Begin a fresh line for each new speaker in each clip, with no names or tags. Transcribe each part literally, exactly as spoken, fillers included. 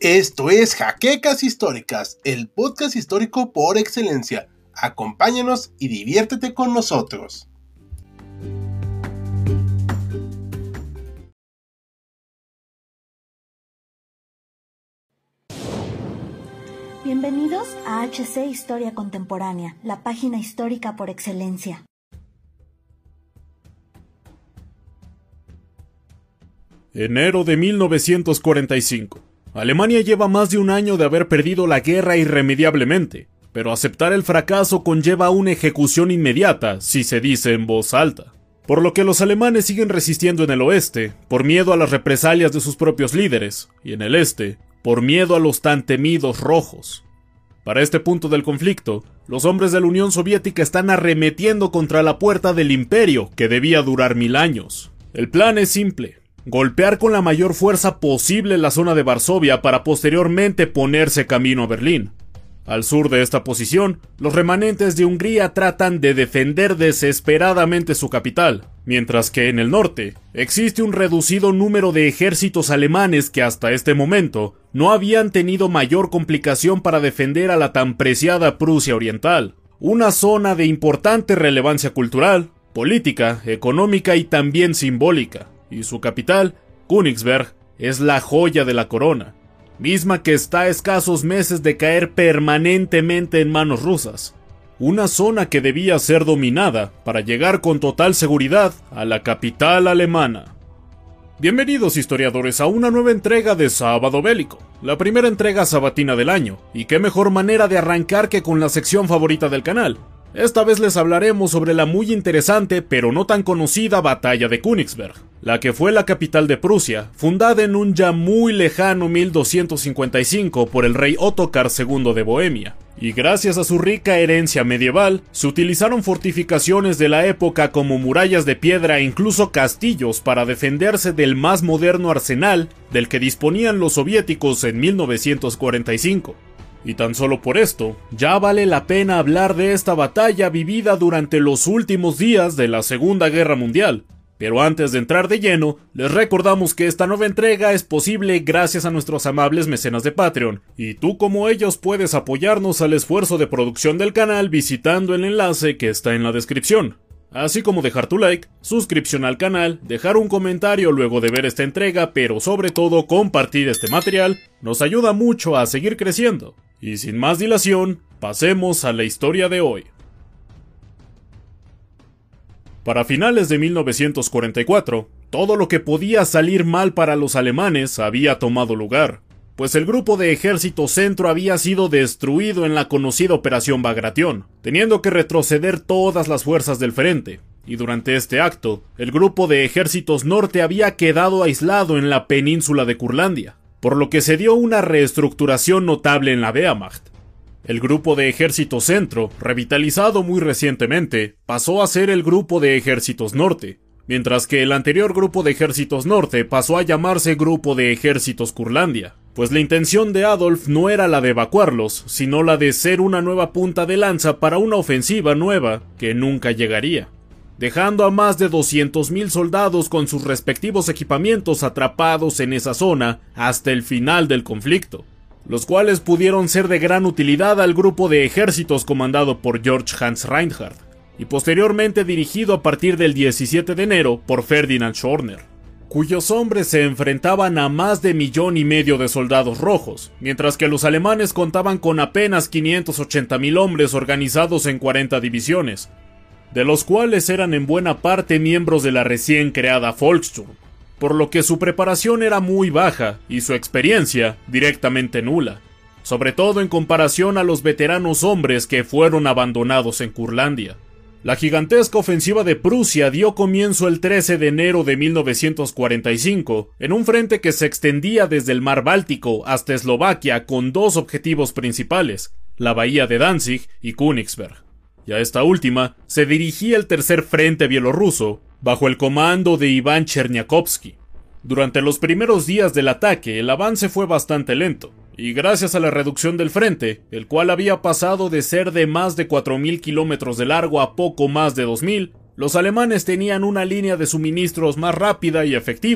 Esto es Jaquecas Históricas, el podcast histórico por excelencia. Acompáñanos y diviértete con nosotros.
Bienvenidos a H C Historia Contemporánea, la página histórica por excelencia.
Enero de mil novecientos cuarenta y cinco. Alemania lleva más de un año de haber perdido la guerra irremediablemente, pero aceptar el fracaso conlleva una ejecución inmediata, si se dice en voz alta. Por lo que los alemanes siguen resistiendo en el oeste, por miedo a las represalias de sus propios líderes, y en el este, por miedo a los tan temidos rojos. Para este punto del conflicto, los hombres de la Unión Soviética están arremetiendo contra la puerta del imperio, que debía durar mil años. El plan es simple: golpear con la mayor fuerza posible la zona de Varsovia para posteriormente ponerse camino a Berlín. Al sur de esta posición, los remanentes de Hungría tratan de defender desesperadamente su capital, mientras que en el norte existe un reducido número de ejércitos alemanes que hasta este momento no habían tenido mayor complicación para defender a la tan preciada Prusia Oriental, una zona de importante relevancia cultural, política, económica y también simbólica. Y su capital, Königsberg, es la joya de la corona, misma que está a escasos meses de caer permanentemente en manos rusas. Una zona que debía ser dominada para llegar con total seguridad a la capital alemana. Bienvenidos, historiadores, a una nueva entrega de Sábado Bélico, la primera entrega sabatina del año, y qué mejor manera de arrancar que con la sección favorita del canal. Esta vez les hablaremos sobre la muy interesante pero no tan conocida batalla de Königsberg, la que fue la capital de Prusia, fundada en un ya muy lejano mil doscientos cincuenta y cinco por el rey Ottokar segundo de Bohemia, y gracias a su rica herencia medieval, se utilizaron fortificaciones de la época como murallas de piedra e incluso castillos para defenderse del más moderno arsenal del que disponían los soviéticos en mil novecientos cuarenta y cinco. Y tan solo por esto, ya vale la pena hablar de esta batalla vivida durante los últimos días de la Segunda Guerra Mundial. Pero antes de entrar de lleno, les recordamos que esta nueva entrega es posible gracias a nuestros amables mecenas de Patreon, y tú como ellos puedes apoyarnos al esfuerzo de producción del canal visitando el enlace que está en la descripción. Así como dejar tu like, suscripción al canal, dejar un comentario luego de ver esta entrega, pero sobre todo compartir este material, nos ayuda mucho a seguir creciendo. Y sin más dilación, pasemos a la historia de hoy. Para finales de mil novecientos cuarenta y cuatro, todo lo que podía salir mal para los alemanes había tomado lugar, pues el grupo de ejército centro había sido destruido en la conocida Operación Bagration, teniendo que retroceder todas las fuerzas del frente, y durante este acto, el grupo de ejércitos norte había quedado aislado en la península de Curlandia, por lo que se dio una reestructuración notable en la Wehrmacht. El grupo de ejército centro, revitalizado muy recientemente, pasó a ser el grupo de ejércitos norte, mientras que el anterior grupo de ejércitos norte pasó a llamarse grupo de ejércitos Curlandia, pues la intención de Adolf no era la de evacuarlos, sino la de ser una nueva punta de lanza para una ofensiva nueva que nunca llegaría, dejando a más de doscientos mil soldados con sus respectivos equipamientos atrapados en esa zona hasta el final del conflicto, los cuales pudieron ser de gran utilidad al grupo de ejércitos comandado por Georg Hans Reinhardt, y posteriormente dirigido a partir del diecisiete de enero por Ferdinand Schörner, cuyos hombres se enfrentaban a más de millón y medio de soldados rojos, mientras que los alemanes contaban con apenas quinientos ochenta mil hombres organizados en cuarenta divisiones, de los cuales eran en buena parte miembros de la recién creada Volkssturm, por lo que su preparación era muy baja y su experiencia directamente nula, sobre todo en comparación a los veteranos hombres que fueron abandonados en Curlandia. La gigantesca ofensiva de Prusia dio comienzo el trece de enero de mil novecientos cuarenta y cinco, en un frente que se extendía desde el mar Báltico hasta Eslovaquia con dos objetivos principales, la bahía de Danzig y Königsberg. Y a esta última se dirigía el tercer frente bielorruso, bajo el comando de Iván Cherniakovsky. Durante los primeros días del ataque, el avance fue bastante lento, y gracias a la reducción del frente, el cual había pasado de ser de más de cuatro mil kilómetros de largo a poco más de dos mil, los alemanes tenían una línea de suministros más rápida y efectiva,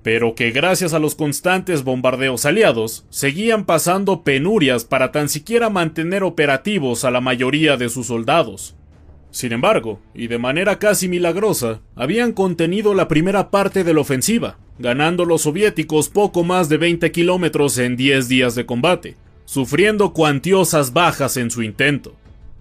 pero que gracias a los constantes bombardeos aliados, seguían pasando penurias para tan siquiera mantener operativos a la mayoría de sus soldados. Sin embargo, y de manera casi milagrosa, habían contenido la primera parte de la ofensiva, ganando los soviéticos poco más de veinte kilómetros en diez días de combate, sufriendo cuantiosas bajas en su intento.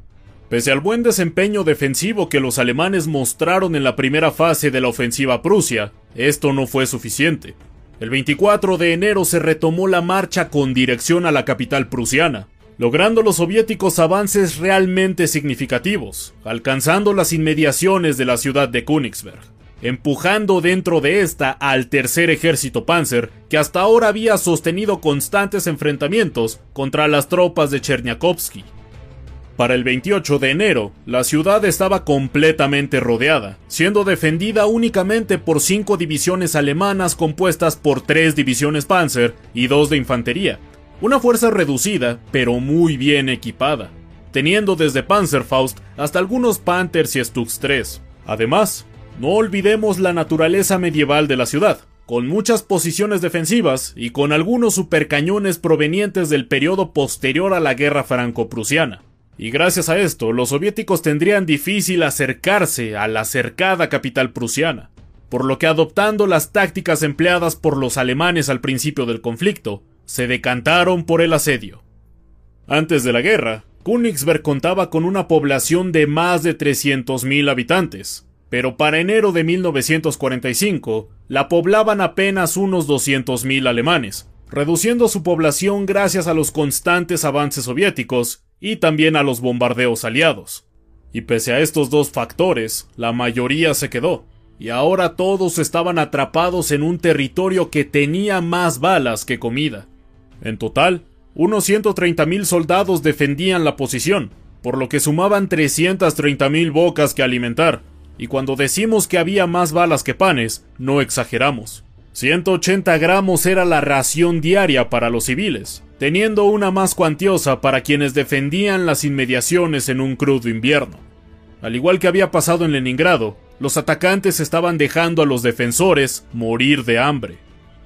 Pese al buen desempeño defensivo que los alemanes mostraron en la primera fase de la ofensiva a Prusia, esto no fue suficiente. El veinticuatro de enero se retomó la marcha con dirección a la capital prusiana, logrando los soviéticos avances realmente significativos, alcanzando las inmediaciones de la ciudad de Königsberg, empujando dentro de esta al tercer ejército Panzer, que hasta ahora había sostenido constantes enfrentamientos contra las tropas de Cherniakovsky. Para el veintiocho de enero, la ciudad estaba completamente rodeada, siendo defendida únicamente por cinco divisiones alemanas compuestas por tres divisiones Panzer y dos de infantería, una fuerza reducida, pero muy bien equipada, teniendo desde Panzerfaust hasta algunos Panthers y Stux tres. Además, no olvidemos la naturaleza medieval de la ciudad, con muchas posiciones defensivas y con algunos supercañones provenientes del periodo posterior a la guerra franco-prusiana. Y gracias a esto, los soviéticos tendrían difícil acercarse a la cercada capital prusiana, por lo que adoptando las tácticas empleadas por los alemanes al principio del conflicto, se decantaron por el asedio. Antes de la guerra, Königsberg contaba con una población de más de trescientos mil habitantes, pero para enero de mil novecientos cuarenta y cinco, la poblaban apenas unos doscientos mil alemanes, reduciendo su población gracias a los constantes avances soviéticos y también a los bombardeos aliados. Y pese a estos dos factores, la mayoría se quedó, y ahora todos estaban atrapados en un territorio que tenía más balas que comida. En total, unos ciento treinta mil soldados defendían la posición, por lo que sumaban trescientas treinta mil bocas que alimentar, y cuando decimos que había más balas que panes, no exageramos. ciento ochenta gramos era la ración diaria para los civiles, teniendo una más cuantiosa para quienes defendían las inmediaciones en un crudo invierno. Al igual que había pasado en Leningrado, los atacantes estaban dejando a los defensores morir de hambre.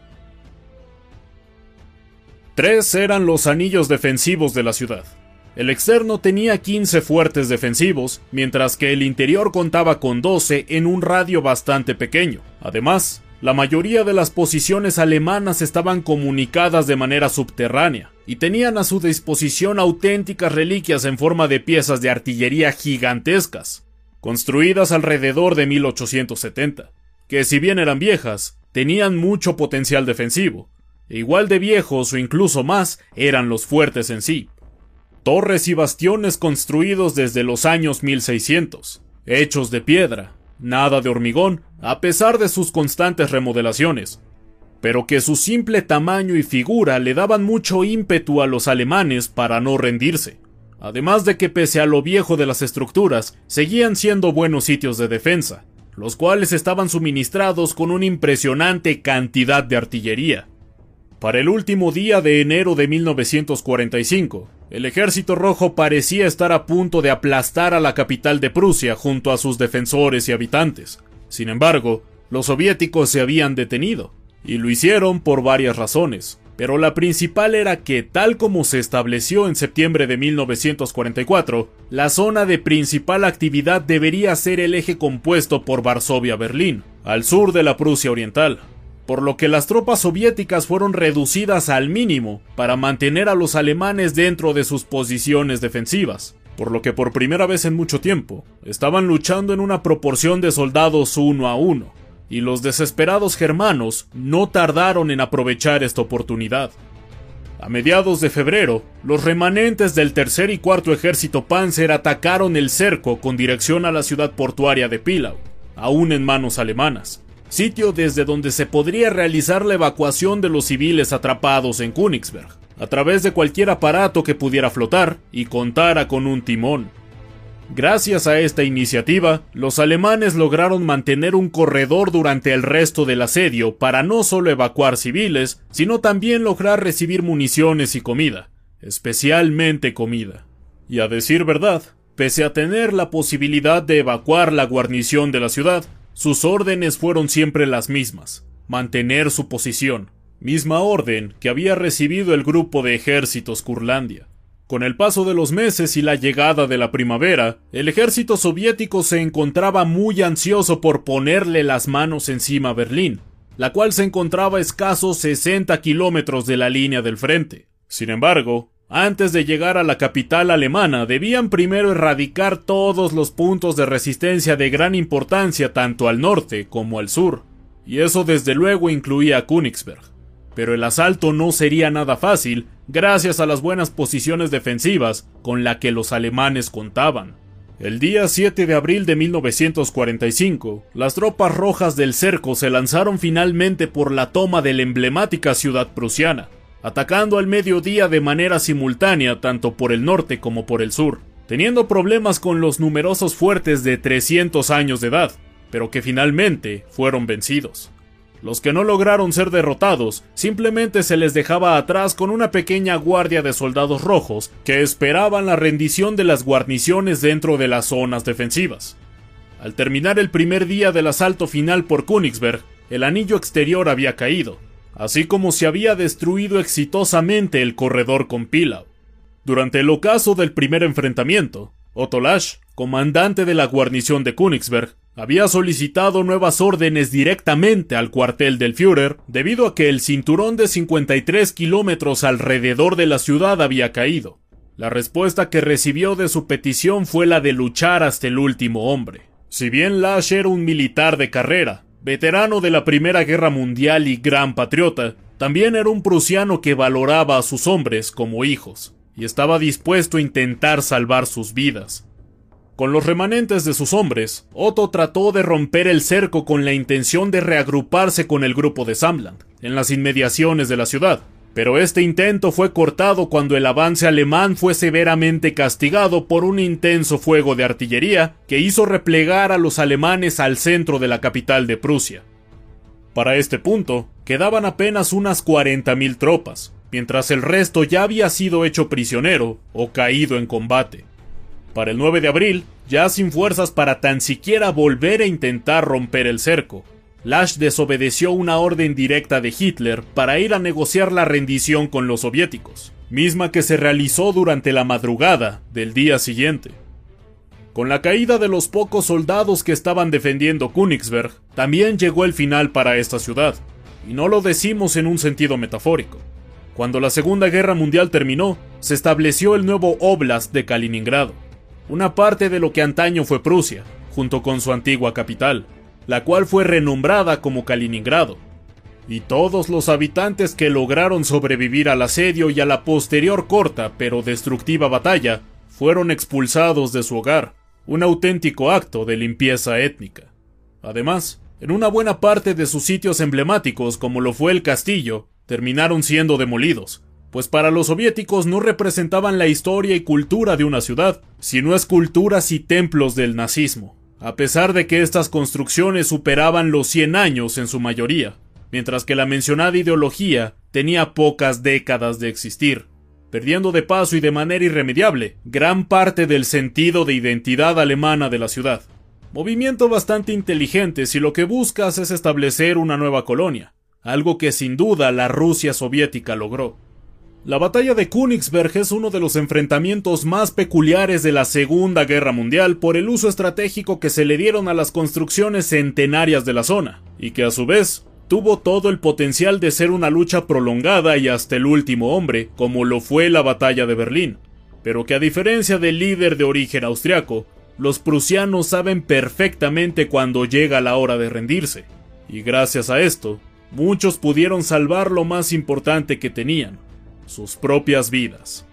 Tres eran los anillos defensivos de la ciudad. El externo tenía quince fuertes defensivos, mientras que el interior contaba con doce en un radio bastante pequeño. Además, la mayoría de las posiciones alemanas estaban comunicadas de manera subterránea y tenían a su disposición auténticas reliquias en forma de piezas de artillería gigantescas, construidas alrededor de mil ochocientos setenta, que si bien eran viejas, tenían mucho potencial defensivo, e igual de viejos o incluso más eran los fuertes en sí. Torres y bastiones construidos desde los años mil seiscientos, hechos de piedra, nada de hormigón, a pesar de sus constantes remodelaciones, pero que su simple tamaño y figura le daban mucho ímpetu a los alemanes para no rendirse, además de que pese a lo viejo de las estructuras, seguían siendo buenos sitios de defensa, los cuales estaban suministrados con una impresionante cantidad de artillería. Para el último día de enero de mil novecientos cuarenta y cinco, el Ejército Rojo parecía estar a punto de aplastar a la capital de Prusia junto a sus defensores y habitantes. Sin embargo, los soviéticos se habían detenido, y lo hicieron por varias razones, pero la principal era que, tal como se estableció en septiembre de mil novecientos cuarenta y cuatro, la zona de principal actividad debería ser el eje compuesto por Varsovia-Berlín, al sur de la Prusia Oriental, por lo que las tropas soviéticas fueron reducidas al mínimo para mantener a los alemanes dentro de sus posiciones defensivas, por lo que por primera vez en mucho tiempo estaban luchando en una proporción de soldados uno a uno, y los desesperados germanos no tardaron en aprovechar esta oportunidad. A mediados de febrero, los remanentes del tercer y cuarto ejército Panzer atacaron el cerco con dirección a la ciudad portuaria de Pillau, aún en manos alemanas, sitio desde donde se podría realizar la evacuación de los civiles atrapados en Königsberg, a través de cualquier aparato que pudiera flotar y contara con un timón. Gracias a esta iniciativa, los alemanes lograron mantener un corredor durante el resto del asedio para no solo evacuar civiles, sino también lograr recibir municiones y comida, especialmente comida. Y a decir verdad, pese a tener la posibilidad de evacuar la guarnición de la ciudad, sus órdenes fueron siempre las mismas: mantener su posición, misma orden que había recibido el grupo de ejércitos Curlandia. Con el paso de los meses y la llegada de la primavera, el ejército soviético se encontraba muy ansioso por ponerle las manos encima a Berlín, la cual se encontraba a escasos sesenta kilómetros de la línea del frente. Sin embargo, antes de llegar a la capital alemana, debían primero erradicar todos los puntos de resistencia de gran importancia tanto al norte como al sur, y eso desde luego incluía a Königsberg. Pero el asalto no sería nada fácil, gracias a las buenas posiciones defensivas con las que los alemanes contaban. El día siete de abril de mil novecientos cuarenta y cinco, las tropas rojas del cerco se lanzaron finalmente por la toma de la emblemática ciudad prusiana, atacando al mediodía de manera simultánea tanto por el norte como por el sur, teniendo problemas con los numerosos fuertes de trescientos años de edad, pero que finalmente fueron vencidos. Los que no lograron ser derrotados, simplemente se les dejaba atrás con una pequeña guardia de soldados rojos que esperaban la rendición de las guarniciones dentro de las zonas defensivas. Al terminar el primer día del asalto final por Königsberg, el anillo exterior había caído, así como se había destruido exitosamente el corredor con Pillau. Durante el ocaso del primer enfrentamiento, Otto Lasch, comandante de la guarnición de Königsberg, había solicitado nuevas órdenes directamente al cuartel del Führer debido a que el cinturón de cincuenta y tres kilómetros alrededor de la ciudad había caído. La respuesta que recibió de su petición fue la de luchar hasta el último hombre. Si bien Lasch era un militar de carrera, veterano de la Primera Guerra Mundial y gran patriota, también era un prusiano que valoraba a sus hombres como hijos, y estaba dispuesto a intentar salvar sus vidas. Con los remanentes de sus hombres, Otto trató de romper el cerco con la intención de reagruparse con el grupo de Samland, en las inmediaciones de la ciudad, pero este intento fue cortado cuando el avance alemán fue severamente castigado por un intenso fuego de artillería que hizo replegar a los alemanes al centro de la capital de Prusia. Para este punto, quedaban apenas unas cuarenta mil tropas, mientras el resto ya había sido hecho prisionero o caído en combate. Para el nueve de abril, ya sin fuerzas para tan siquiera volver a intentar romper el cerco, Lasch desobedeció una orden directa de Hitler para ir a negociar la rendición con los soviéticos, misma que se realizó durante la madrugada del día siguiente. Con la caída de los pocos soldados que estaban defendiendo Königsberg, también llegó el final para esta ciudad, y no lo decimos en un sentido metafórico. Cuando la Segunda Guerra Mundial terminó, se estableció el nuevo Oblast de Kaliningrado, una parte de lo que antaño fue Prusia, junto con su antigua capital, la cual fue renombrada como Kaliningrado. Y todos los habitantes que lograron sobrevivir al asedio y a la posterior corta pero destructiva batalla, fueron expulsados de su hogar, un auténtico acto de limpieza étnica. Además, en una buena parte de sus sitios emblemáticos, como lo fue el castillo, terminaron siendo demolidos, pues para los soviéticos no representaban la historia y cultura de una ciudad, sino esculturas y templos del nazismo, a pesar de que estas construcciones superaban los cien años en su mayoría, mientras que la mencionada ideología tenía pocas décadas de existir, perdiendo de paso y de manera irremediable gran parte del sentido de identidad alemana de la ciudad. Movimiento bastante inteligente si lo que buscas es establecer una nueva colonia, algo que sin duda la Rusia soviética logró. La batalla de Königsberg es uno de los enfrentamientos más peculiares de la Segunda Guerra Mundial por el uso estratégico que se le dieron a las construcciones centenarias de la zona, y que a su vez tuvo todo el potencial de ser una lucha prolongada y hasta el último hombre, como lo fue la batalla de Berlín, pero que a diferencia del líder de origen austriaco, los prusianos saben perfectamente cuando llega la hora de rendirse, y gracias a esto, muchos pudieron salvar lo más importante que tenían, sus propias vidas.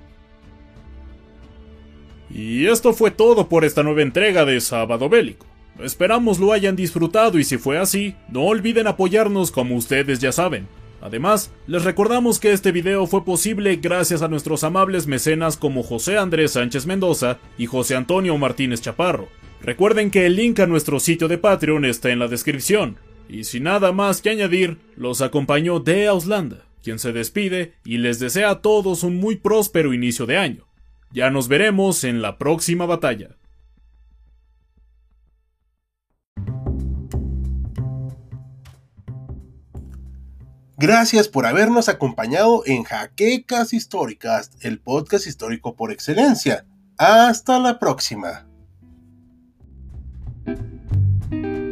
Y esto fue todo por esta nueva entrega de Sábado Bélico. Esperamos lo hayan disfrutado y si fue así, no olviden apoyarnos como ustedes ya saben. Además, les recordamos que este video fue posible gracias a nuestros amables mecenas como José Andrés Sánchez Mendoza y José Antonio Martínez Chaparro. Recuerden que el link a nuestro sitio de Patreon está en la descripción. Y sin nada más que añadir, los acompañó de Auslanda, quien se despide y les desea a todos un muy próspero inicio de año. Ya nos veremos en la próxima batalla.
Gracias por habernos acompañado en Jaquecas Históricas, el podcast histórico por excelencia. Hasta la próxima.